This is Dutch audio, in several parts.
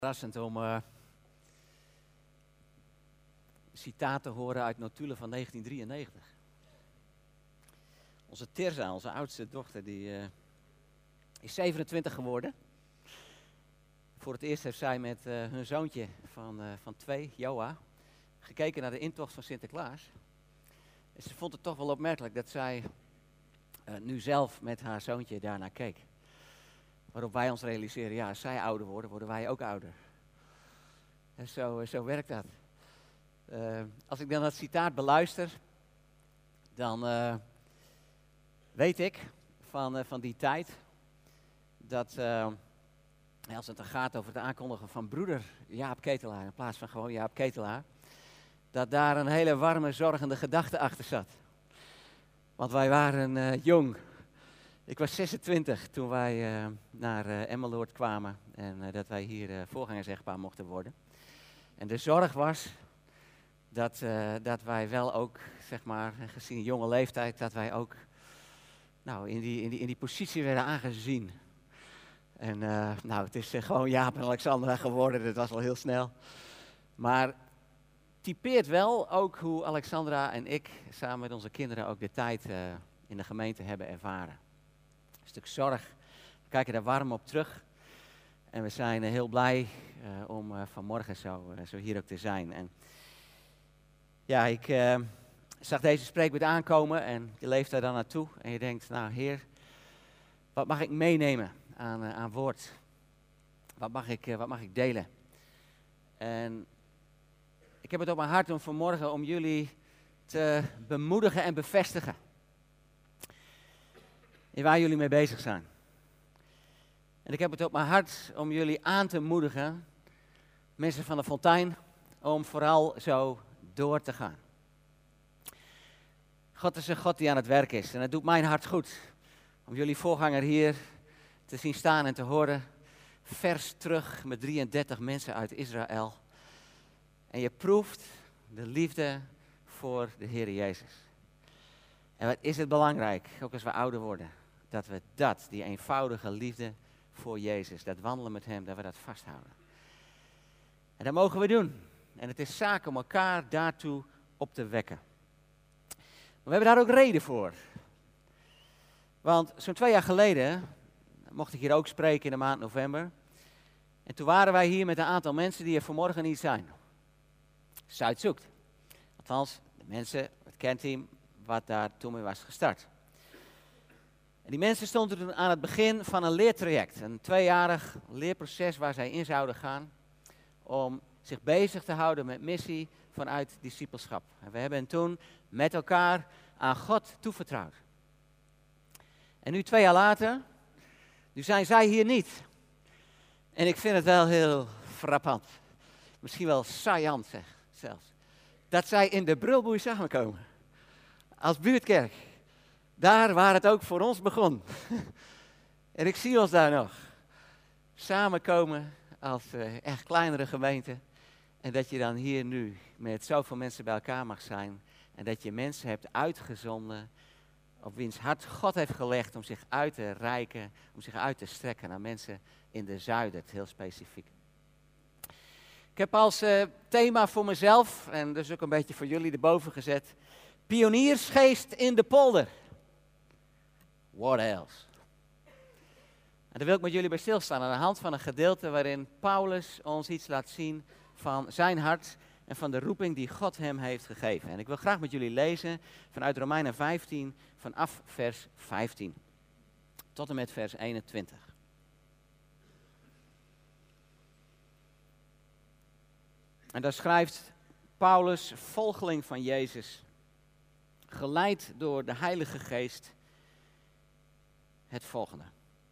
Verrassend om een citaat te horen uit notulen van 1993. Onze Tirza, onze oudste dochter, die is 27 geworden. Voor het eerst heeft zij met hun zoontje van 2, Joa, gekeken naar de intocht van Sinterklaas. En ze vond het toch wel opmerkelijk dat zij nu zelf met haar zoontje daarnaar keek. Waarop wij ons realiseren, ja, als zij ouder worden, worden wij ook ouder. En zo werkt dat. Als ik dan dat citaat beluister, dan weet ik van die tijd dat als het dan gaat over het aankondigen van broeder Jaap Ketelaar in plaats van gewoon Jaap Ketelaar, dat daar een hele warme, zorgende gedachte achter zat. Want wij waren jong. Ik was 26 toen wij naar Emmeloord kwamen en dat wij hier voorgangersechtpaar mochten worden. En de zorg was dat wij wel ook, zeg maar, gezien een jonge leeftijd, dat wij ook in die positie werden aangezien. En het is gewoon Jaap en Alexandra geworden, dat was al heel snel. Maar typeert wel ook hoe Alexandra en ik samen met onze kinderen ook de tijd in de gemeente hebben ervaren. Een stuk zorg, we kijken daar warm op terug. En we zijn heel blij om vanmorgen zo hier ook te zijn. En ja, ik zag deze spreekbeurt aankomen en je leeft daar dan naartoe. En je denkt, nou Heer, wat mag ik meenemen aan woord? Wat mag ik delen? En ik heb het op mijn hart om vanmorgen om jullie te bemoedigen en bevestigen. In waar jullie mee bezig zijn. En ik heb het op mijn hart om jullie aan te moedigen, mensen van de Fontein, om vooral zo door te gaan. God is een God die aan het werk is. En het doet mijn hart goed om jullie voorganger hier te zien staan en te horen. Vers terug met 33 mensen uit Israël. En je proeft de liefde voor de Heer Jezus. En wat is het belangrijk, ook als we ouder worden, dat we die eenvoudige liefde voor Jezus, dat wandelen met Hem, dat we dat vasthouden. En dat mogen we doen. En het is zaak om elkaar daartoe op te wekken. Maar we hebben daar ook reden voor. Want zo'n 2 jaar geleden mocht ik hier ook spreken in de maand november. En toen waren wij hier met een aantal mensen die er vanmorgen niet zijn. Zuidzoekt. Althans, de mensen, het kernteam, wat daar toen mee was gestart. En die mensen stonden toen aan het begin van een leertraject. Een 2-jarig leerproces waar zij in zouden gaan om zich bezig te houden met missie vanuit discipelschap. En we hebben hen toen met elkaar aan God toevertrouwd. En nu 2 jaar later, nu zijn zij hier niet. En ik vind het wel heel frappant. Misschien wel saillant zelfs. Dat zij in de Brulboei samenkomen. Als buurtkerk. Daar waar het ook voor ons begon. En ik zie ons daar nog. Samenkomen als echt kleinere gemeente. En dat je dan hier nu met zoveel mensen bij elkaar mag zijn. En dat je mensen hebt uitgezonden. Op wiens hart God heeft gelegd om zich uit te reiken. Om zich uit te strekken naar mensen in de Zuidert, heel specifiek. Ik heb als thema voor mezelf, en dus ook een beetje voor jullie erboven gezet. Pioniersgeest in de polder. What else? En daar wil ik met jullie bij stilstaan aan de hand van een gedeelte waarin Paulus ons iets laat zien van zijn hart en van de roeping die God hem heeft gegeven. En ik wil graag met jullie lezen vanuit Romeinen 15, vanaf vers 15 tot en met vers 21. En daar schrijft Paulus, volgeling van Jezus, geleid door de Heilige Geest, het volgende.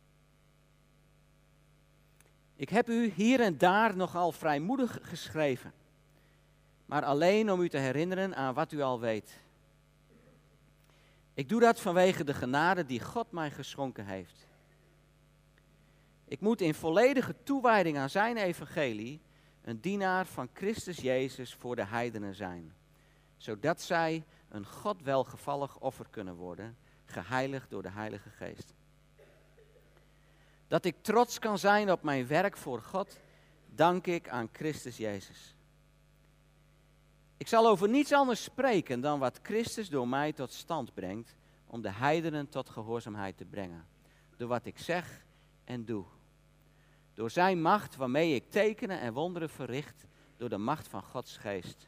Ik heb u hier en daar nogal vrijmoedig geschreven, maar alleen om u te herinneren aan wat u al weet. Ik doe dat vanwege de genade die God mij geschonken heeft. Ik moet in volledige toewijding aan zijn evangelie een dienaar van Christus Jezus voor de heidenen zijn, zodat zij een God welgevallig offer kunnen worden, geheiligd door de Heilige Geest. Dat ik trots kan zijn op mijn werk voor God dank ik aan Christus Jezus. Ik zal over niets anders spreken dan wat Christus door mij tot stand brengt, om de heidenen tot gehoorzaamheid te brengen. Door wat ik zeg en doe. Door zijn macht waarmee ik tekenen en wonderen verricht, door de macht van Gods geest.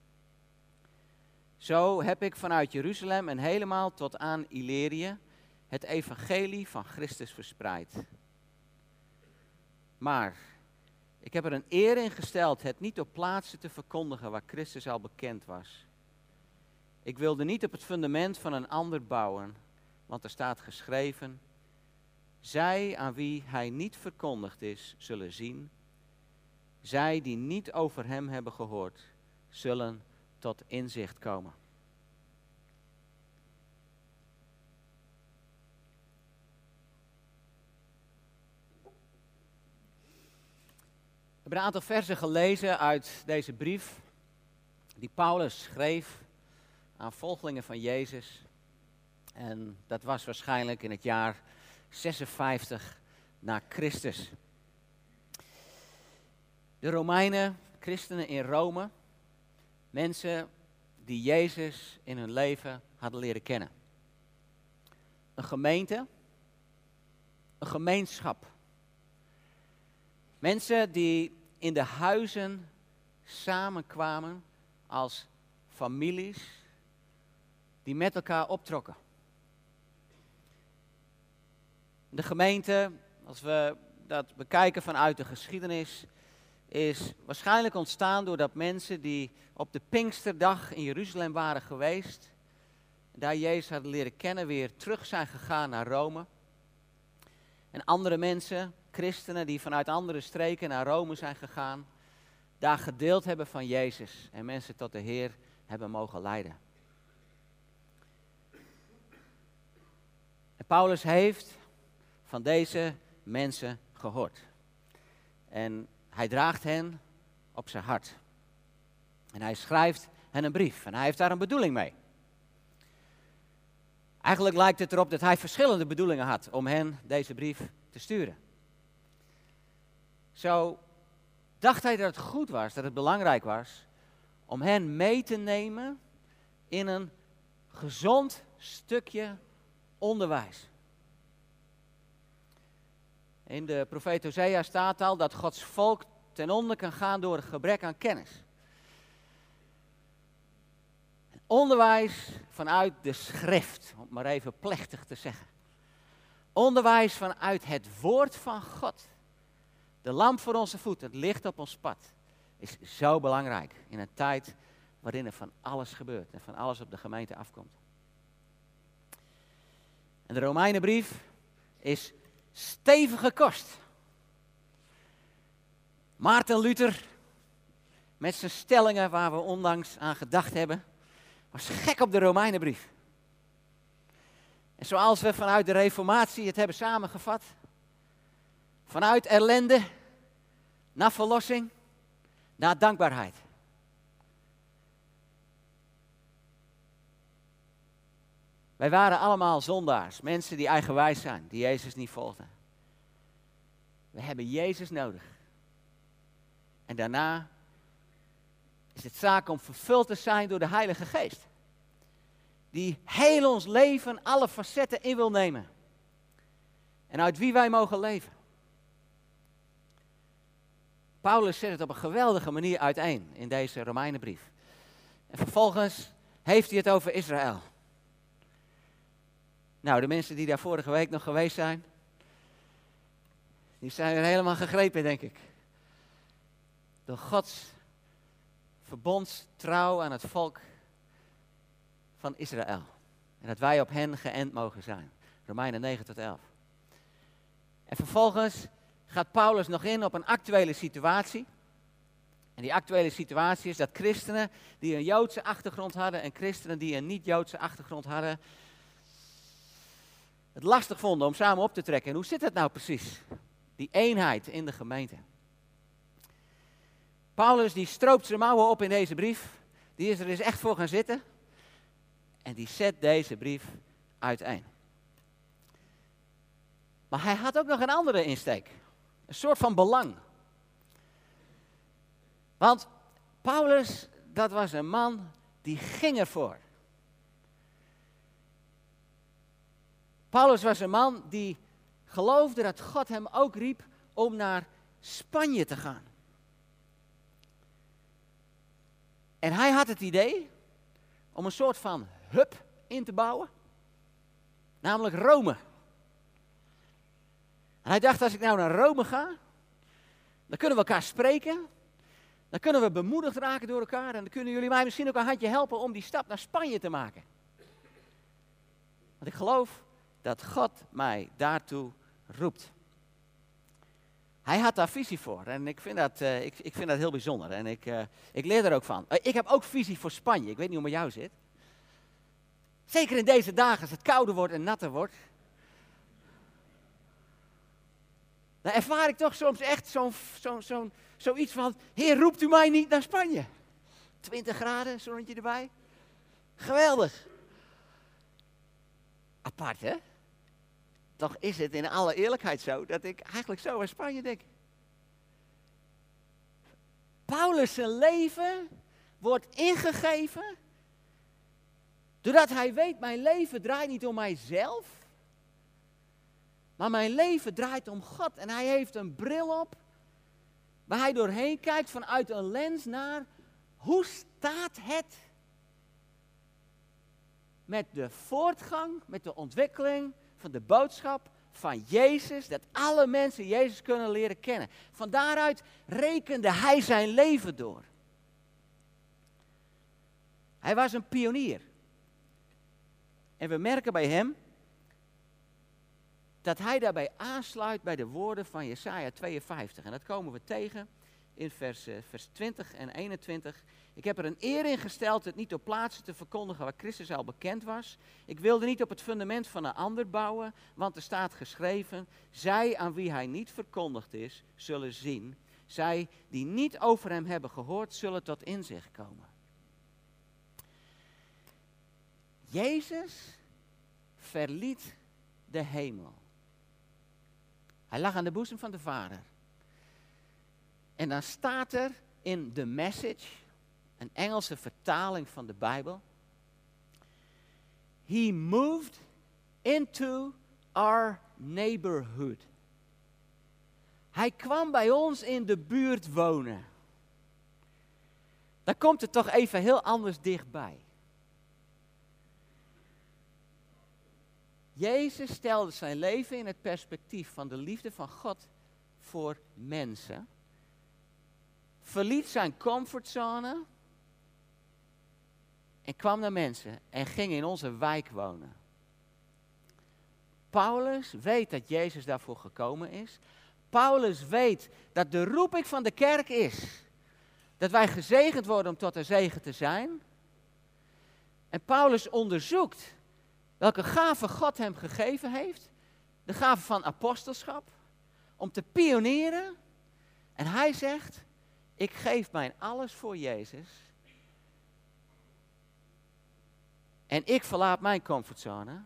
Zo heb ik vanuit Jeruzalem en helemaal tot aan Illyrië het evangelie van Christus verspreid. Maar ik heb er een eer in gesteld het niet op plaatsen te verkondigen waar Christus al bekend was. Ik wilde niet op het fundament van een ander bouwen, want er staat geschreven: zij aan wie hij niet verkondigd is, zullen zien. Zij die niet over hem hebben gehoord, zullen tot inzicht komen. We hebben een aantal versen gelezen uit deze brief die Paulus schreef aan volgelingen van Jezus. En dat was waarschijnlijk in het jaar 56 na Christus. De Romeinen, christenen in Rome, mensen die Jezus in hun leven hadden leren kennen. Een gemeente, een gemeenschap. Mensen die in de huizen samenkwamen als families die met elkaar optrokken. De gemeente, als we dat bekijken vanuit de geschiedenis, is waarschijnlijk ontstaan doordat mensen die op de Pinksterdag in Jeruzalem waren geweest, daar Jezus hadden leren kennen, weer terug zijn gegaan naar Rome. En andere mensen, christenen die vanuit andere streken naar Rome zijn gegaan, daar gedeeld hebben van Jezus en mensen tot de Heer hebben mogen leiden. En Paulus heeft van deze mensen gehoord. En hij draagt hen op zijn hart. En hij schrijft hen een brief. En hij heeft daar een bedoeling mee. Eigenlijk lijkt het erop dat hij verschillende bedoelingen had om hen deze brief te sturen. Zo dacht hij dat het goed was, dat het belangrijk was om hen mee te nemen in een gezond stukje onderwijs. In de profeet Hosea staat al dat Gods volk ten onder kan gaan door een gebrek aan kennis. Onderwijs vanuit de schrift, om het maar even plechtig te zeggen. Onderwijs vanuit het woord van God. De lamp voor onze voet, het licht op ons pad, is zo belangrijk in een tijd waarin er van alles gebeurt en van alles op de gemeente afkomt. En de Romeinenbrief is stevige kost. Maarten Luther, met zijn stellingen waar we onlangs aan gedacht hebben, was gek op de Romeinenbrief. En zoals we vanuit de Reformatie het hebben samengevat, vanuit ellende naar verlossing, naar dankbaarheid. Wij waren allemaal zondaars, mensen die eigenwijs zijn, die Jezus niet volgden. We hebben Jezus nodig. En daarna is het zaak om vervuld te zijn door de Heilige Geest. Die heel ons leven, alle facetten in wil nemen. En uit wie wij mogen leven. Paulus zet het op een geweldige manier uiteen in deze Romeinenbrief. En vervolgens heeft hij het over Israël. Nou, de mensen die daar vorige week nog geweest zijn, die zijn er helemaal gegrepen, denk ik. Door Gods verbondstrouw aan het volk van Israël. En dat wij op hen geënt mogen zijn. Romeinen 9 tot 11. En vervolgens gaat Paulus nog in op een actuele situatie. En die actuele situatie is dat christenen die een Joodse achtergrond hadden en christenen die een niet-Joodse achtergrond hadden, het lastig vonden om samen op te trekken. En hoe zit het nou precies? Die eenheid in de gemeente. Paulus die stroopt zijn mouwen op in deze brief. Die is er eens echt voor gaan zitten. En die zet deze brief uiteen. Maar hij had ook nog een andere insteek. Een soort van belang. Want Paulus, dat was een man die ging ervoor. Paulus was een man die geloofde dat God hem ook riep om naar Spanje te gaan. En hij had het idee om een soort van hub in te bouwen, namelijk Rome. En hij dacht, als ik nou naar Rome ga, dan kunnen we elkaar spreken, dan kunnen we bemoedigd raken door elkaar en dan kunnen jullie mij misschien ook een handje helpen om die stap naar Spanje te maken. Want ik geloof dat God mij daartoe roept. Hij had daar visie voor en ik vind dat heel bijzonder en ik leer er ook van. Ik heb ook visie voor Spanje, ik weet niet hoe het met jou zit. Zeker in deze dagen als het kouder wordt en natter wordt. Dan ervaar ik toch soms echt zoiets van, Heer, roept u mij niet naar Spanje? 20 graden, zonnetje erbij. Geweldig. Apart, hè? Toch is het in alle eerlijkheid zo dat ik eigenlijk zo aan Spanje denk. Paulus' zijn leven wordt ingegeven doordat hij weet, mijn leven draait niet om mijzelf, maar mijn leven draait om God. En hij heeft een bril op waar hij doorheen kijkt vanuit een lens naar hoe staat het met de voortgang, met de ontwikkeling van de boodschap van Jezus, dat alle mensen Jezus kunnen leren kennen. Van daaruit rekende hij zijn leven door. Hij was een pionier. En we merken bij hem dat hij daarbij aansluit bij de woorden van Jesaja 52. En dat komen we tegen in vers 20 en 21. Ik heb er een eer in gesteld het niet op plaatsen te verkondigen waar Christus al bekend was. Ik wilde niet op het fundament van een ander bouwen, want er staat geschreven, zij aan wie hij niet verkondigd is, zullen zien. Zij die niet over hem hebben gehoord, zullen tot inzicht komen. Jezus verliet de hemel. Hij lag aan de boezem van de Vader. En dan staat er in The Message, een Engelse vertaling van de Bijbel, He moved into our neighborhood. Hij kwam bij ons in de buurt wonen. Dan komt het toch even heel anders dichtbij. Jezus stelde zijn leven in het perspectief van de liefde van God voor mensen. Verliet zijn comfortzone en kwam naar mensen en ging in onze wijk wonen. Paulus weet dat Jezus daarvoor gekomen is. Paulus weet dat de roeping van de kerk is dat wij gezegend worden om tot een zegen te zijn. En Paulus onderzoekt welke gave God hem gegeven heeft. De gave van apostelschap. Om te pionieren. En hij zegt, ik geef mijn alles voor Jezus. En ik verlaat mijn comfortzone.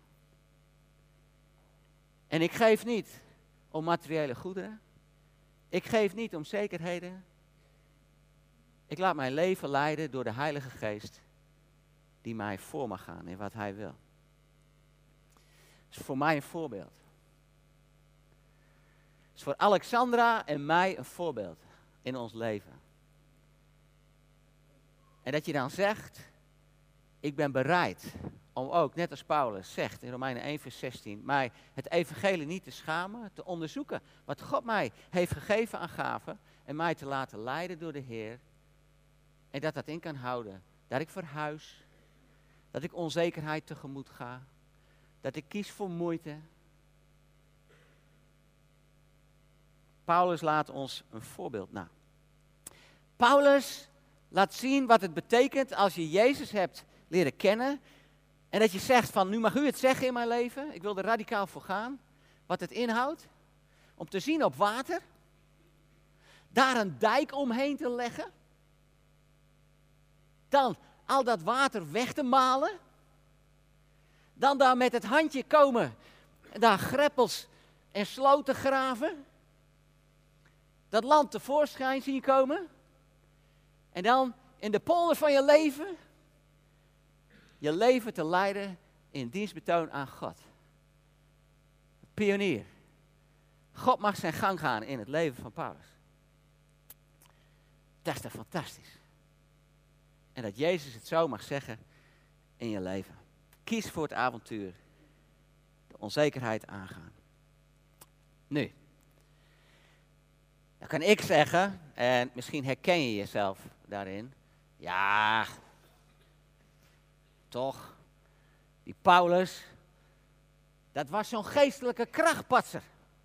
En ik geef niet om materiële goederen. Ik geef niet om zekerheden. Ik laat mijn leven leiden door de Heilige Geest die mij voor mag gaan in wat Hij wil. Dat is voor mij een voorbeeld. Het is voor Alexandra en mij een voorbeeld in ons leven. En dat je dan zegt, ik ben bereid om ook, net als Paulus zegt in Romeinen 1 vers 16, mij het evangelie niet te schamen, te onderzoeken wat God mij heeft gegeven aan gaven en mij te laten leiden door de Heer. En dat in kan houden. Dat ik verhuis, dat ik onzekerheid tegemoet ga, dat ik kies voor moeite. Paulus laat ons een voorbeeld na. Paulus laat zien wat het betekent als je Jezus hebt leren kennen. En dat je zegt van, nu mag u het zeggen in mijn leven. Ik wil er radicaal voor gaan. Wat het inhoudt. Om te zien op water. Daar een dijk omheen te leggen. Dan al dat water weg te malen. Dan daar met het handje komen. Daar greppels en sloten graven. Dat land tevoorschijn zien komen. En dan in de polder van je leven te leiden in dienstbetoon aan God. Pionier. God mag zijn gang gaan in het leven van Paulus. Dat is toch fantastisch. En dat Jezus het zo mag zeggen in je leven. Kies voor het avontuur. De onzekerheid aangaan. Nu. Dan kan ik zeggen, en misschien herken je jezelf daarin. Ja, toch. Die Paulus, dat was zo'n geestelijke krachtpatser.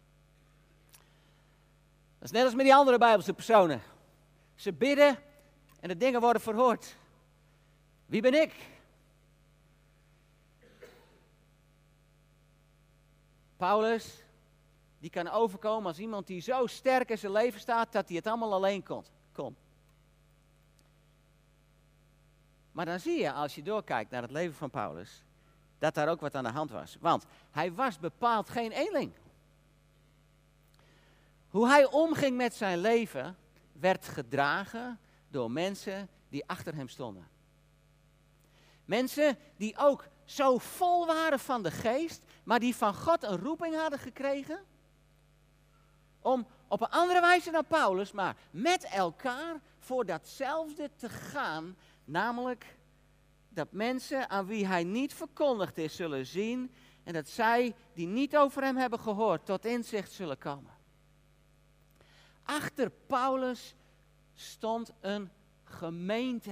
Dat is net als met die andere Bijbelse personen. Ze bidden en de dingen worden verhoord. Wie ben ik? Paulus, die kan overkomen als iemand die zo sterk in zijn leven staat dat hij het allemaal alleen kon. Maar dan zie je, als je doorkijkt naar het leven van Paulus, dat daar ook wat aan de hand was. Want hij was bepaald geen eenling. Hoe hij omging met zijn leven werd gedragen door mensen die achter hem stonden. Mensen die ook zo vol waren van de geest, maar die van God een roeping hadden gekregen om op een andere wijze dan Paulus, maar met elkaar voor datzelfde te gaan, namelijk dat mensen aan wie hij niet verkondigd is zullen zien en dat zij die niet over hem hebben gehoord tot inzicht zullen komen. Achter Paulus stond een gemeente.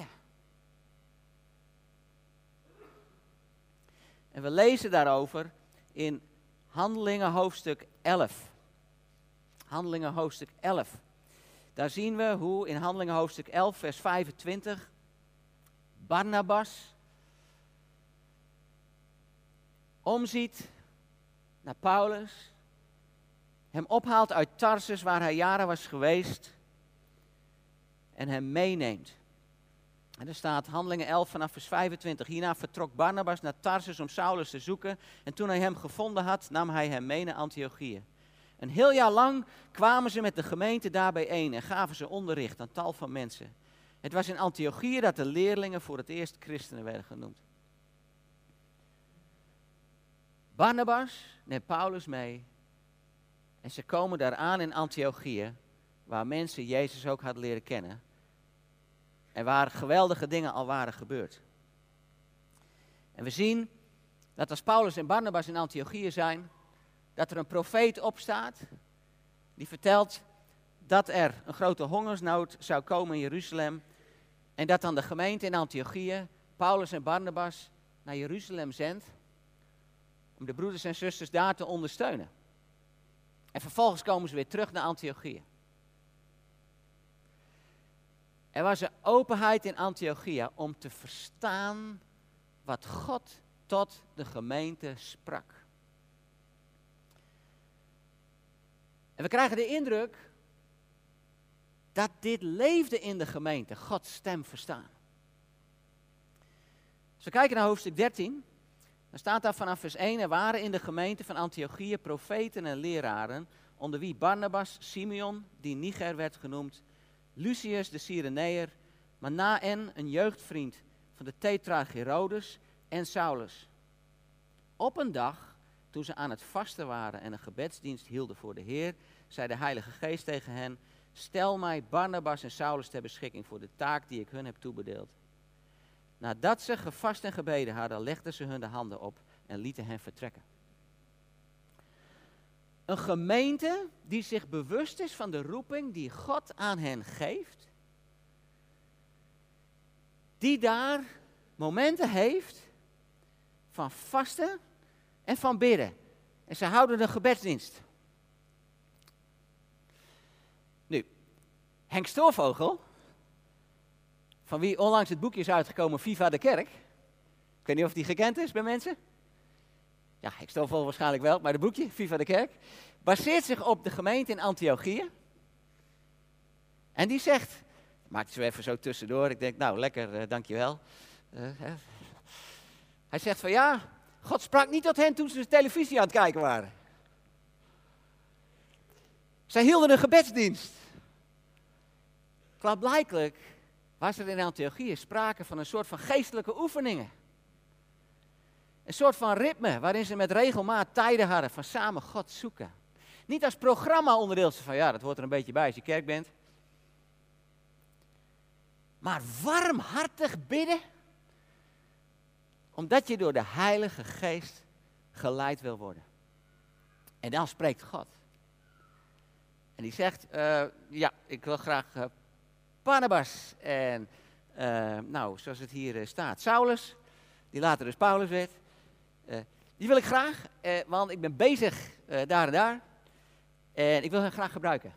En we lezen daarover in Handelingen hoofdstuk 11. Handelingen hoofdstuk 11. Daar zien we hoe in Handelingen hoofdstuk 11 vers 25 Barnabas omziet naar Paulus, hem ophaalt uit Tarsus waar hij jaren was geweest en hem meeneemt. En er staat Handelingen 11 vanaf vers 25. Hierna vertrok Barnabas naar Tarsus om Saulus te zoeken en toen hij hem gevonden had, nam hij hem mee naar Antiochië. Een heel jaar lang kwamen ze met de gemeente daar bijeen en gaven ze onderricht aan tal van mensen. Het was in Antiochië dat de leerlingen voor het eerst christenen werden genoemd. Barnabas neemt Paulus mee en ze komen daar aan in Antiochië, waar mensen Jezus ook hadden leren kennen. En waar geweldige dingen al waren gebeurd. En we zien dat als Paulus en Barnabas in Antiochië zijn, dat er een profeet opstaat die vertelt dat er een grote hongersnood zou komen in Jeruzalem. En dat dan de gemeente in Antiochië Paulus en Barnabas naar Jeruzalem zendt om de broeders en zusters daar te ondersteunen. En vervolgens komen ze weer terug naar Antiochië. Er was een openheid in Antiochië om te verstaan wat God tot de gemeente sprak. En we krijgen de indruk dat dit leefde in de gemeente, Gods stem verstaan. Als we kijken naar hoofdstuk 13, dan staat daar vanaf vers 1, er waren in de gemeente van Antiochië profeten en leraren, onder wie Barnabas, Simeon, die Niger werd genoemd, Lucius de Cyreneër, Manaen, een jeugdvriend van de tetrarch Herodes en Saulus. Op een dag, toen ze aan het vasten waren en een gebedsdienst hielden voor de Heer, zei de Heilige Geest tegen hen, stel mij Barnabas en Saulus ter beschikking voor de taak die ik hun heb toebedeeld. Nadat ze gevast en gebeden hadden, legden ze hun de handen op en lieten hen vertrekken. Een gemeente die zich bewust is van de roeping die God aan hen geeft. Die daar momenten heeft van vasten en van bidden. En ze houden een gebedsdienst. Nu, Henk Stoorvogel, van wie onlangs het boekje is uitgekomen, Viva de Kerk. Ik weet niet of die gekend is bij mensen. Ja, Henk Stoorvogel waarschijnlijk wel, maar het boekje, Viva de Kerk, baseert zich op de gemeente in Antiochië. En die zegt, maak het zo even zo tussendoor, ik denk, nou lekker, dankjewel. Hij zegt van ja, God sprak niet tot hen toen ze de televisie aan het kijken waren. Zij hielden een gebedsdienst. Klaarblijkelijk was er in Antiochië sprake van een soort van geestelijke oefeningen. Een soort van ritme waarin ze met regelmaat tijden hadden van samen God zoeken. Niet als programma-onderdeel van ja, dat hoort er een beetje bij als je kerk bent. Maar warmhartig bidden, omdat je door de Heilige Geest geleid wil worden. En dan spreekt God. En die zegt, ja, ik wil graag Barnabas en, zoals het hier staat, Saulus, die later dus Paulus werd. Die wil ik graag, want ik ben bezig daar en daar. En ik wil hen graag gebruiken.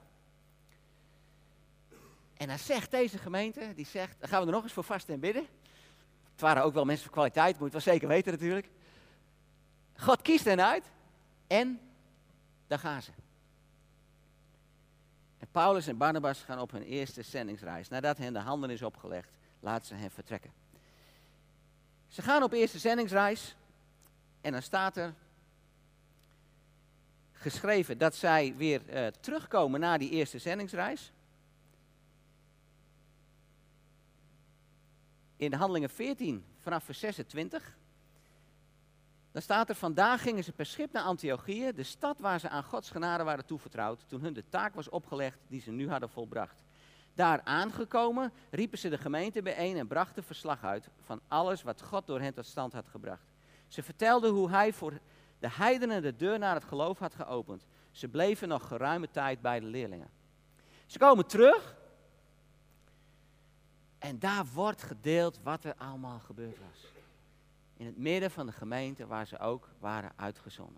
En dan zegt deze gemeente, die zegt, dan gaan we er nog eens voor vasten en bidden. Het waren ook wel mensen van kwaliteit, moet je wel zeker weten natuurlijk. God kiest hen uit en daar gaan ze. En Paulus en Barnabas gaan op hun eerste zendingsreis. Nadat hen de handen is opgelegd, laten ze hen vertrekken. Ze gaan op eerste zendingsreis en dan staat er geschreven dat zij weer terugkomen na die eerste zendingsreis. In de Handelingen 14 vanaf vers 26. Dan staat er, vandaag gingen ze per schip naar Antiochië, de stad waar ze aan Gods genade waren toevertrouwd, toen hun de taak was opgelegd die ze nu hadden volbracht. Daar aangekomen riepen ze de gemeente bijeen en brachten verslag uit van alles wat God door hen tot stand had gebracht. Ze vertelden hoe hij voor de heidenen de deur naar het geloof had geopend. Ze bleven nog geruime tijd bij de leerlingen. Ze komen terug en daar wordt gedeeld wat er allemaal gebeurd was. In het midden van de gemeente waar ze ook waren uitgezonden.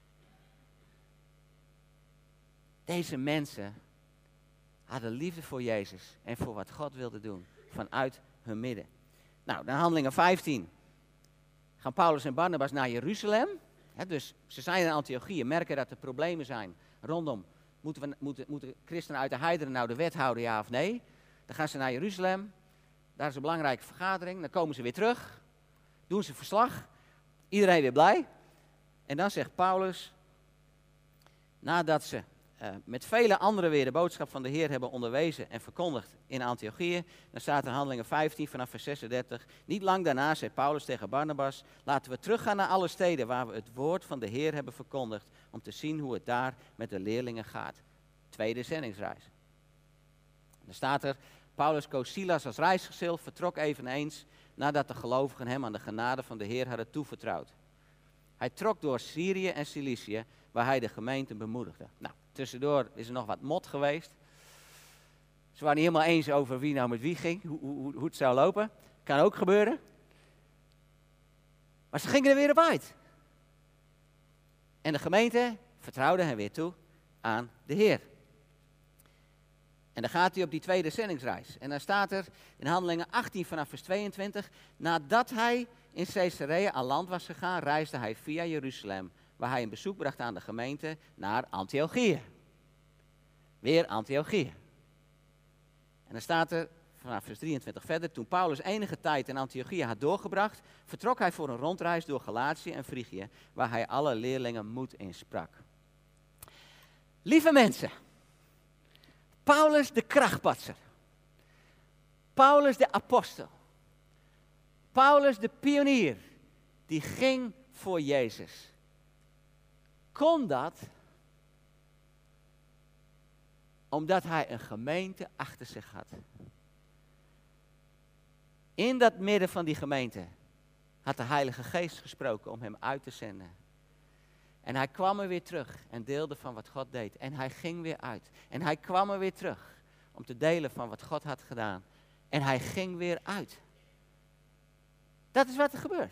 Deze mensen hadden liefde voor Jezus en voor wat God wilde doen vanuit hun midden. Nou, dan Handelingen 15 gaan Paulus en Barnabas naar Jeruzalem. Dus ze zijn in Antiochië, merken dat er problemen zijn rondom, moeten christenen uit de heidenen nou de wet houden, ja of nee? Dan gaan ze naar Jeruzalem, daar is een belangrijke vergadering, dan komen ze weer terug, doen ze verslag, iedereen weer blij. En dan zegt Paulus, nadat ze met vele anderen weer de boodschap van de Heer hebben onderwezen en verkondigd in Antiochië, dan staat er in Handelingen 15 vanaf vers 36. Niet lang daarna zei Paulus tegen Barnabas, laten we teruggaan naar alle steden waar we het woord van de Heer hebben verkondigd, om te zien hoe het daar met de leerlingen gaat. Tweede zendingsreis. Dan staat er, Paulus koos Silas als reisgezel, vertrok eveneens nadat de gelovigen hem aan de genade van de Heer hadden toevertrouwd. Hij trok door Syrië en Cilicië, waar hij de gemeente bemoedigde. Nou, tussendoor is er nog wat mot geweest. Ze waren niet helemaal eens over wie nou met wie ging, hoe het zou lopen. Kan ook gebeuren. Maar ze gingen er weer op uit. En de gemeente vertrouwde hen weer toe aan de Heer. En dan gaat hij op die tweede zendingsreis. En dan staat er in Handelingen 18 vanaf vers 22. Nadat hij in Caesarea aan land was gegaan, reisde hij via Jeruzalem, waar hij een bezoek bracht aan de gemeente, naar Antiochië. Weer Antiochië. En dan staat er vanaf vers 23 verder. Toen Paulus enige tijd in Antiochië had doorgebracht, vertrok hij voor een rondreis door Galatië en Frigië, waar hij alle leerlingen moed insprak. Lieve mensen, Paulus de krachtpatser, Paulus de apostel, Paulus de pionier, die ging voor Jezus. Kon dat omdat hij een gemeente achter zich had. In dat midden van die gemeente had de Heilige Geest gesproken om hem uit te zenden. En hij kwam er weer terug en deelde van wat God deed. En hij ging weer uit. En hij kwam er weer terug om te delen van wat God had gedaan. En hij ging weer uit. Dat is wat er gebeurt.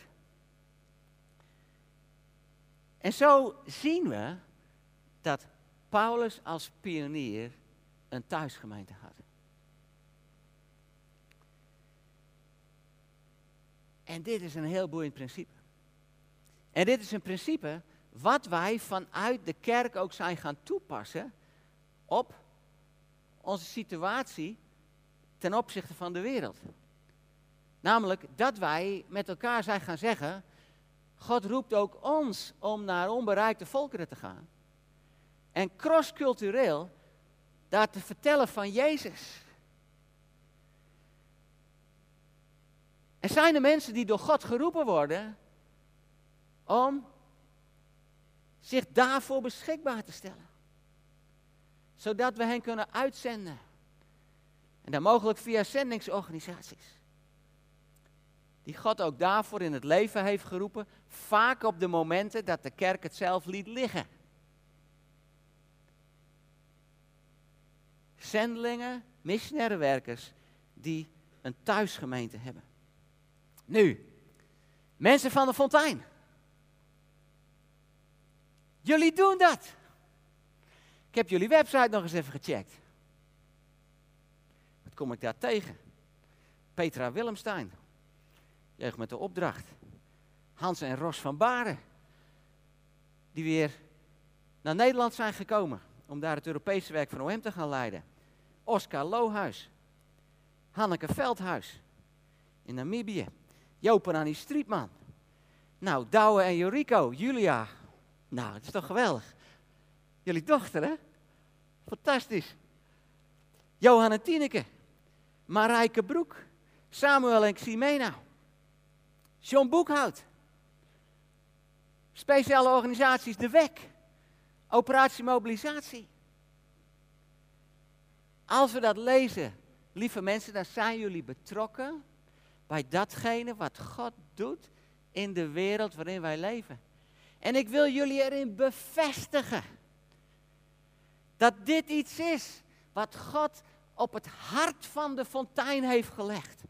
En zo zien we dat Paulus als pionier een thuisgemeente had. En dit is een heel boeiend principe. En dit is een principe wat wij vanuit de kerk ook zijn gaan toepassen op onze situatie ten opzichte van de wereld. Namelijk dat wij met elkaar zijn gaan zeggen, God roept ook ons om naar onbereikte volkeren te gaan. En cross-cultureel daar te vertellen van Jezus. Er zijn er mensen die door God geroepen worden om zich daarvoor beschikbaar te stellen. Zodat we hen kunnen uitzenden. En dan mogelijk via zendingsorganisaties. Die God ook daarvoor in het leven heeft geroepen. Vaak op de momenten dat de kerk het zelf liet liggen. Zendelingen, missionaire werkers die een thuisgemeente hebben. Nu, mensen van de Fontein. Jullie doen dat. Ik heb jullie website nog eens even gecheckt. Wat kom ik daar tegen? Petra Willemstein. Jeugd met de opdracht. Hans en Ros van Baren. Die weer naar Nederland zijn gekomen. Om daar het Europese werk van OM te gaan leiden. Oscar Lohuis. Hanneke Veldhuis. In Namibië. Joop en Annie Strietman. Nou, Douwe en Joriko. Julia. Nou, het is toch geweldig. Jullie dochter, hè? Fantastisch. Johan en Tineke. Marijke Broek. Samuel en Ximena. John Boekhout. Speciale organisaties De Wek. Operatie Mobilisatie. Als we dat lezen, lieve mensen, dan zijn jullie betrokken bij datgene wat God doet in de wereld waarin wij leven. En ik wil jullie erin bevestigen dat dit iets is wat God op het hart van de Fontein heeft gelegd.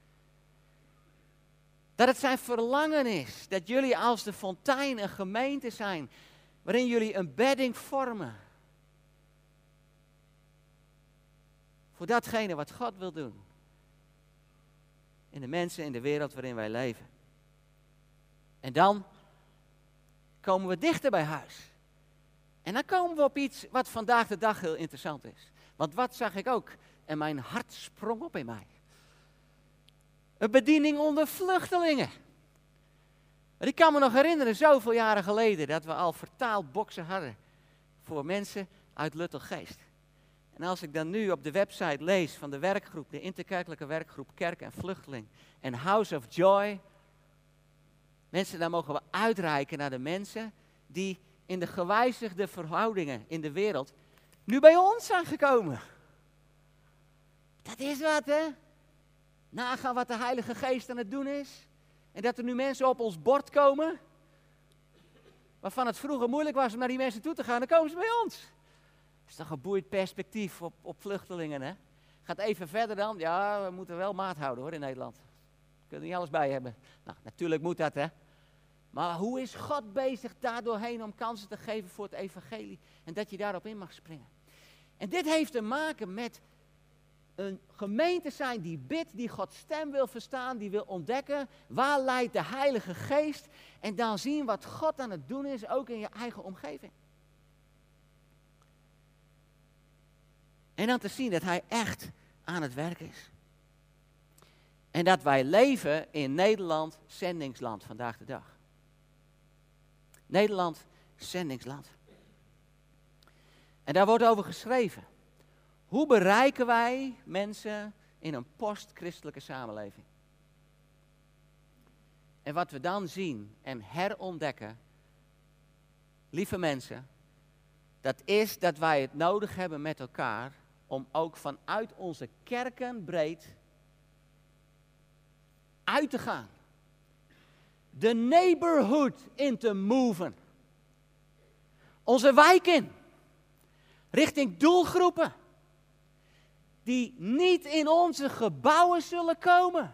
Dat het zijn verlangen is dat jullie als de Fontein een gemeente zijn waarin jullie een bedding vormen voor datgene wat God wil doen in de mensen in de wereld waarin wij leven. En dan komen we dichter bij huis. En dan komen we op iets wat vandaag de dag heel interessant is. Want wat zag ik ook? En mijn hart sprong op in mij. Een bediening onder vluchtelingen. Ik kan me nog herinneren, zoveel jaren geleden, dat we al vertaalboxen hadden voor mensen uit Luttelgeest. En als ik dan nu op de website lees van de werkgroep, de interkerkelijke werkgroep Kerk en Vluchteling en House of Joy. Mensen, daar mogen we uitreiken naar de mensen die in de gewijzigde verhoudingen in de wereld nu bij ons zijn gekomen. Dat is wat, hè? Nagaan wat de Heilige Geest aan het doen is. En dat er nu mensen op ons bord komen, waarvan het vroeger moeilijk was om naar die mensen toe te gaan, dan komen ze bij ons. Dat is toch een boeiend perspectief op vluchtelingen, hè? Gaat even verder dan. Ja, we moeten wel maat houden, hoor, in Nederland. We kunnen niet alles bij hebben. Nou, natuurlijk moet dat, hè. Maar hoe is God bezig daardoorheen om kansen te geven voor het evangelie? En dat je daarop in mag springen. En dit heeft te maken met een gemeente zijn die bidt, die Gods stem wil verstaan, die wil ontdekken waar leidt de Heilige Geest. En dan zien wat God aan het doen is, ook in je eigen omgeving. En dan te zien dat Hij echt aan het werk is. En dat wij leven in Nederland, zendingsland vandaag de dag. Nederland, zendingsland. En daar wordt over geschreven. Hoe bereiken wij mensen in een post-christelijke samenleving? En wat we dan zien en herontdekken, lieve mensen, dat is dat wij het nodig hebben met elkaar om ook vanuit onze kerken breed uit te gaan. De neighborhood in te moven. Onze wijk in. Richting doelgroepen. Die niet in onze gebouwen zullen komen.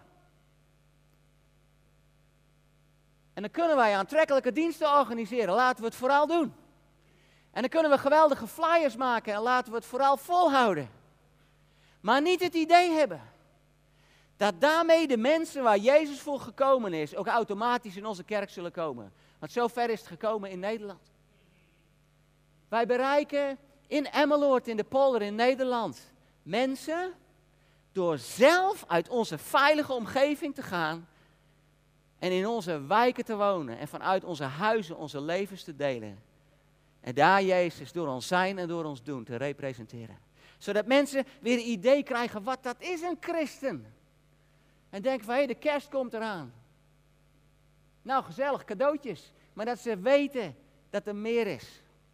En dan kunnen wij aantrekkelijke diensten organiseren. Laten we het vooral doen. En dan kunnen we geweldige flyers maken en laten we het vooral volhouden. Maar niet het idee hebben dat daarmee de mensen waar Jezus voor gekomen is ook automatisch in onze kerk zullen komen. Want zo ver is het gekomen in Nederland. Wij bereiken in Emmeloord, in de polder in Nederland, mensen door zelf uit onze veilige omgeving te gaan en in onze wijken te wonen en vanuit onze huizen onze levens te delen. En daar Jezus door ons zijn en door ons doen te representeren. Zodat mensen weer een idee krijgen wat dat is een christen. En denken van, hé, de kerst komt eraan. Nou, gezellig, cadeautjes. Maar dat ze weten dat er meer is.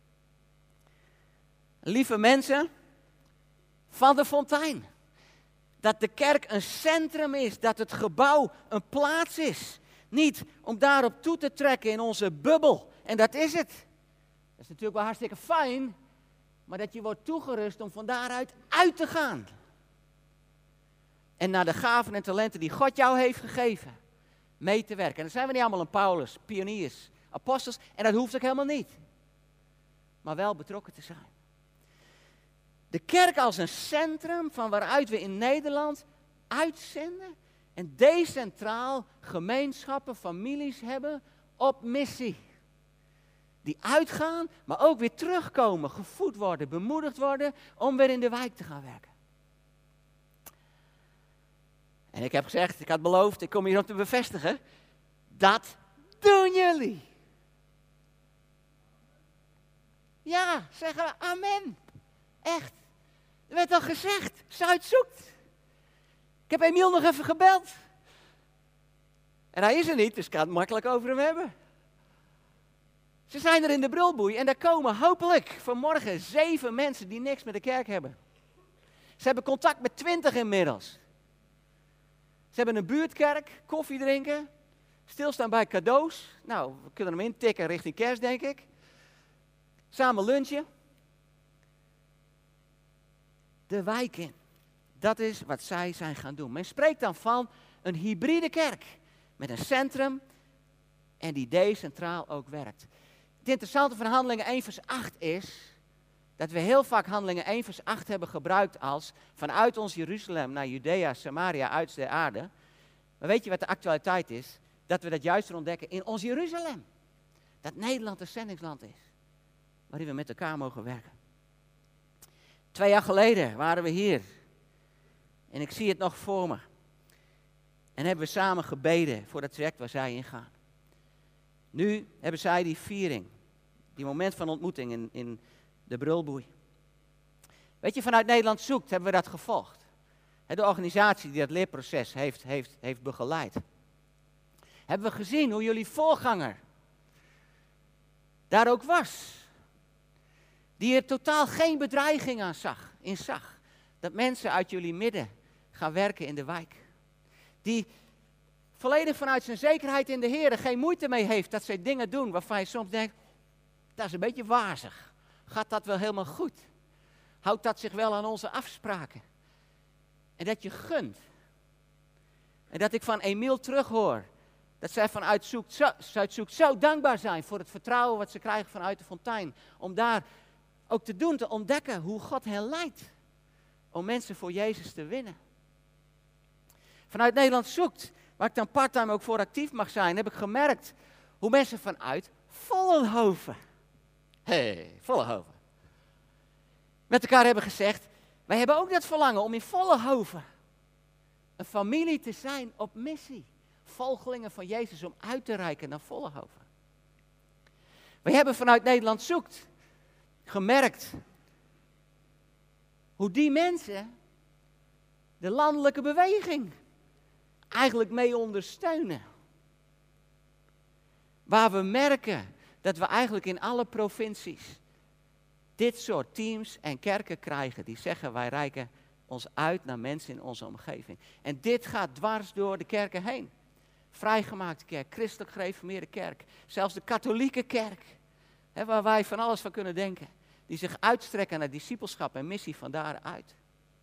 Lieve mensen van de Fontein. Dat de kerk een centrum is. Dat het gebouw een plaats is. Niet om daarop toe te trekken in onze bubbel. En dat is het. Dat is natuurlijk wel hartstikke fijn. Maar dat je wordt toegerust om van daaruit uit te gaan. En naar de gaven en talenten die God jou heeft gegeven. Mee te werken. En dan zijn we niet allemaal een Paulus, pioniers, apostels. En dat hoeft ook helemaal niet. Maar wel betrokken te zijn. De kerk als een centrum van waaruit we in Nederland uitzenden. En decentraal gemeenschappen, families hebben op missie. Die uitgaan, maar ook weer terugkomen, gevoed worden, bemoedigd worden om weer in de wijk te gaan werken. En ik heb gezegd, ik had beloofd, ik kom hier om te bevestigen, dat doen jullie. Ja, zeggen we amen. Echt. Er werd al gezegd, Zuid zoekt. Ik heb Emiel nog even gebeld. En hij is er niet, dus ik kan het makkelijk over hem hebben. Ze zijn er in de Brulboei en daar komen hopelijk vanmorgen 7 mensen die niks met de kerk hebben. Ze hebben contact met 20 inmiddels. Ze hebben een buurtkerk, koffie drinken, stilstaan bij cadeaus. Nou, we kunnen hem intikken richting kerst, denk ik. Samen lunchen. De wijk in. Dat is wat zij zijn gaan doen. Men spreekt dan van een hybride kerk. Met een centrum en die decentraal ook werkt. Het interessante van Handelingen 1 vers 8 is dat we heel vaak Handelingen 1 vers 8 hebben gebruikt als vanuit ons Jeruzalem naar Judea, Samaria, uiterst der aarde. Maar weet je wat de actualiteit is? Dat we dat juist ontdekken in ons Jeruzalem. Dat Nederland een zendingsland is. Waarin we met elkaar mogen werken. 2 jaar geleden waren we hier. En ik zie het nog voor me. En hebben we samen gebeden voor het traject waar zij in gaan. Nu hebben zij die viering. Die moment van ontmoeting in de Brulboei. Weet je, vanuit Nederland zoekt hebben we dat gevolgd. De organisatie die dat leerproces heeft begeleid. Hebben we gezien hoe jullie voorganger daar ook was. Die er totaal geen bedreiging in zag. Dat mensen uit jullie midden gaan werken in de wijk. Die volledig vanuit zijn zekerheid in de Heer geen moeite mee heeft dat zij dingen doen waarvan je soms denkt, dat is een beetje wazig. Gaat dat wel helemaal goed? Houdt dat zich wel aan onze afspraken? En dat je gunt. En dat ik van Emiel terughoor, dat zij vanuit Zuidzoekt zo dankbaar zijn voor het vertrouwen wat ze krijgen vanuit de Fontein. Om daar ook te doen, te ontdekken hoe God hen leidt. Om mensen voor Jezus te winnen. Vanuit Nederland zoekt, waar ik dan parttime ook voor actief mag zijn, heb ik gemerkt hoe mensen vanuit Vollenhoven, Vollenhoven, met elkaar hebben gezegd, wij hebben ook dat verlangen om in Vollenhoven een familie te zijn op missie. Volgelingen van Jezus om uit te reiken naar Vollenhoven. Wij hebben vanuit Nederland zoekt gemerkt hoe die mensen de landelijke beweging eigenlijk mee ondersteunen. Waar we merken dat we eigenlijk in alle provincies dit soort teams en kerken krijgen die zeggen wij reiken ons uit naar mensen in onze omgeving. En dit gaat dwars door de kerken heen. Vrijgemaakte kerk, christelijk gereformeerde kerk, zelfs de katholieke kerk. Waar wij van alles van kunnen denken. Die zich uitstrekken naar discipelschap en missie van daaruit.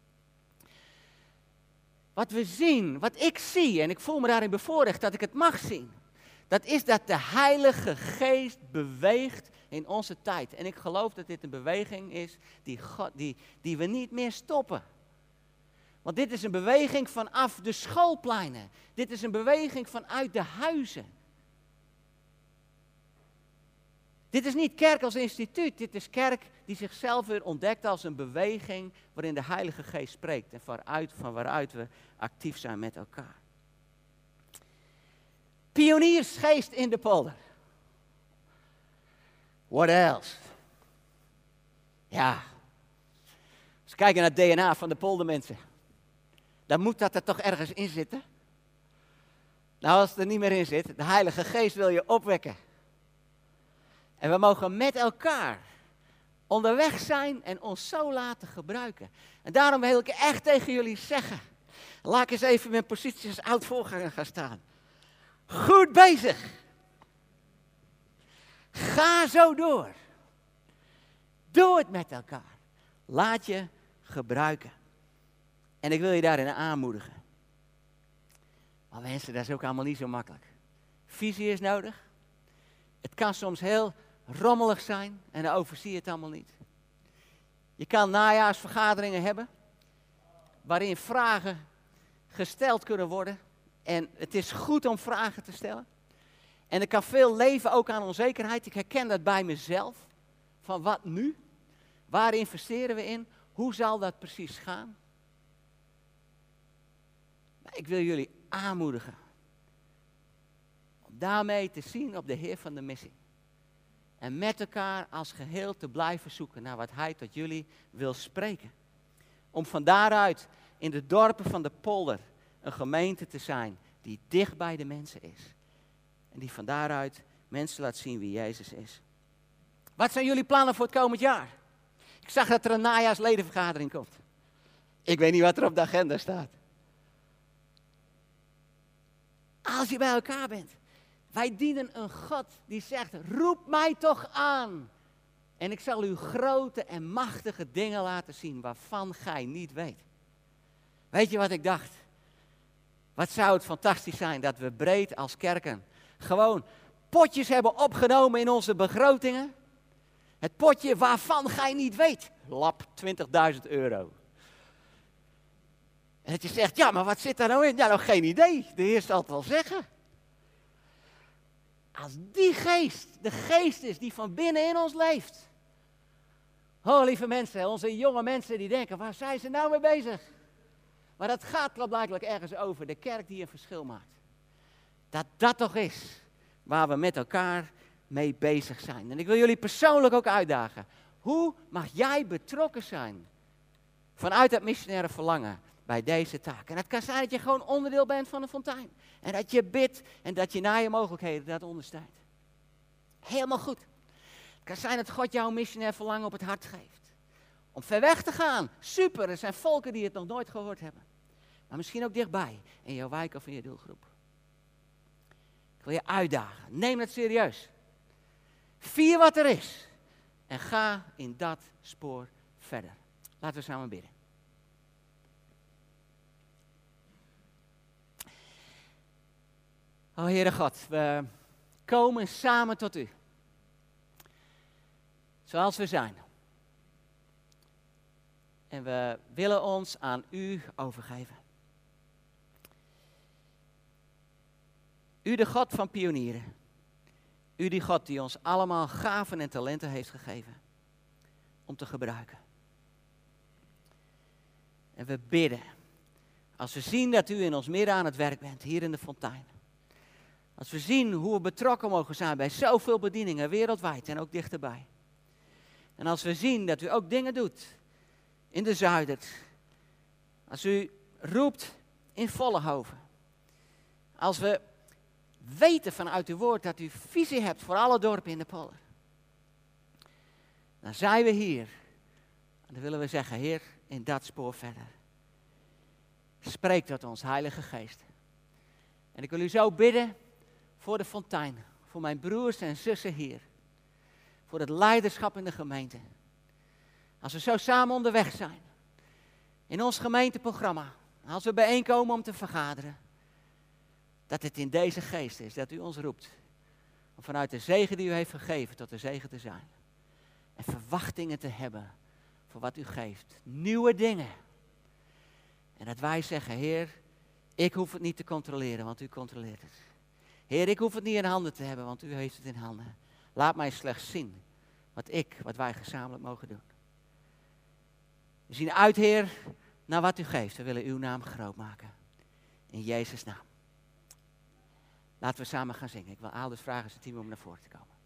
Wat we zien, wat ik zie, en ik voel me daarin bevoorrecht dat ik het mag zien. Dat is dat de Heilige Geest beweegt in onze tijd. En ik geloof dat dit een beweging is die we niet meer stoppen. Want dit is een beweging vanaf de schoolpleinen. Dit is een beweging vanuit de huizen. Dit is niet kerk als instituut, dit is kerk die zichzelf weer ontdekt als een beweging waarin de Heilige Geest spreekt en van waaruit we actief zijn met elkaar. Pioniersgeest in de polder. What else? Ja, als we kijken naar het DNA van de poldermensen, dan moet dat er toch ergens in zitten. Nou, als het er niet meer in zit, de Heilige Geest wil je opwekken. En we mogen met elkaar onderweg zijn en ons zo laten gebruiken. En daarom wil ik echt tegen jullie zeggen. Laat ik eens even in mijn positie als oud-voorganger gaan staan. Goed bezig. Ga zo door. Doe het met elkaar. Laat je gebruiken. En ik wil je daarin aanmoedigen. Maar mensen, dat is ook allemaal niet zo makkelijk. Visie is nodig. Het kan soms heel rommelig zijn en dan overzie je het allemaal niet. Je kan najaarsvergaderingen hebben waarin vragen gesteld kunnen worden. En het is goed om vragen te stellen. En er kan veel leven ook aan onzekerheid. Ik herken dat bij mezelf. Van wat nu? Waar investeren we in? Hoe zal dat precies gaan? Maar ik wil jullie aanmoedigen. Om daarmee te zien op de Heer van de missie. En met elkaar als geheel te blijven zoeken naar wat Hij tot jullie wil spreken. Om van daaruit in de dorpen van de polder een gemeente te zijn die dicht bij de mensen is. En die van daaruit mensen laat zien wie Jezus is. Wat zijn jullie plannen voor het komend jaar? Ik zag dat er een najaarsledenvergadering komt. Ik weet niet wat er op de agenda staat. Als je bij elkaar bent. Wij dienen een God die zegt, roep mij toch aan. En ik zal u grote en machtige dingen laten zien waarvan gij niet weet. Weet je wat ik dacht? Wat zou het fantastisch zijn dat we breed als kerken gewoon potjes hebben opgenomen in onze begrotingen. Het potje waarvan gij niet weet. Lap, €20.000. En dat je zegt, ja, maar wat zit daar nou in? Ja, nog geen idee. De Heer zal het wel zeggen. Als die geest, de geest is die van binnen in ons leeft. Oh, lieve mensen, onze jonge mensen die denken, waar zijn ze nou mee bezig? Maar dat gaat blijkbaar ergens over de kerk die een verschil maakt. Dat dat toch is waar we met elkaar mee bezig zijn. En ik wil jullie persoonlijk ook uitdagen. Hoe mag jij betrokken zijn vanuit het missionaire verlangen bij deze taak? En het kan zijn dat je gewoon onderdeel bent van de fontein. En dat je bidt en dat je naar je mogelijkheden dat ondersteunt. Helemaal goed. Het kan zijn dat God jouw missionair verlangen op het hart geeft. Om ver weg te gaan. Super, er zijn volken die het nog nooit gehoord hebben. Maar misschien ook dichtbij, in jouw wijk of in je doelgroep. Ik wil je uitdagen. Neem het serieus. Vier wat er is. En ga in dat spoor verder. Laten we samen bidden. O Heere God, we komen samen tot u. Zoals we zijn. En we willen ons aan u overgeven. U de God van pionieren. U die God die ons allemaal gaven en talenten heeft gegeven. Om te gebruiken. En we bidden. Als we zien dat u in ons midden aan het werk bent. Hier in de fontein. Als we zien hoe we betrokken mogen zijn bij zoveel bedieningen wereldwijd en ook dichterbij. En als we zien dat u ook dingen doet in de Zuidert. Als u roept in Vollenhoven. Als we weten vanuit uw woord dat u visie hebt voor alle dorpen in de polder. Dan zijn we hier. En dan willen we zeggen, Heer, in dat spoor verder. Spreek tot ons, Heilige Geest. En ik wil u zo bidden voor de fontein. Voor mijn broers en zussen hier. Voor het leiderschap in de gemeente. Als we zo samen onderweg zijn. In ons gemeenteprogramma. Als we bijeenkomen om te vergaderen. Dat het in deze geest is, dat u ons roept. Om vanuit de zegen die u heeft gegeven tot de zegen te zijn. En verwachtingen te hebben voor wat u geeft. Nieuwe dingen. En dat wij zeggen, Heer, ik hoef het niet te controleren, want u controleert het. Heer, ik hoef het niet in handen te hebben, want u heeft het in handen. Laat mij slechts zien wat wij gezamenlijk mogen doen. We zien uit, Heer, naar wat u geeft. We willen uw naam groot maken. In Jezus' naam. Laten we samen gaan zingen. Ik wil Alders vragen zijn team om naar voren te komen.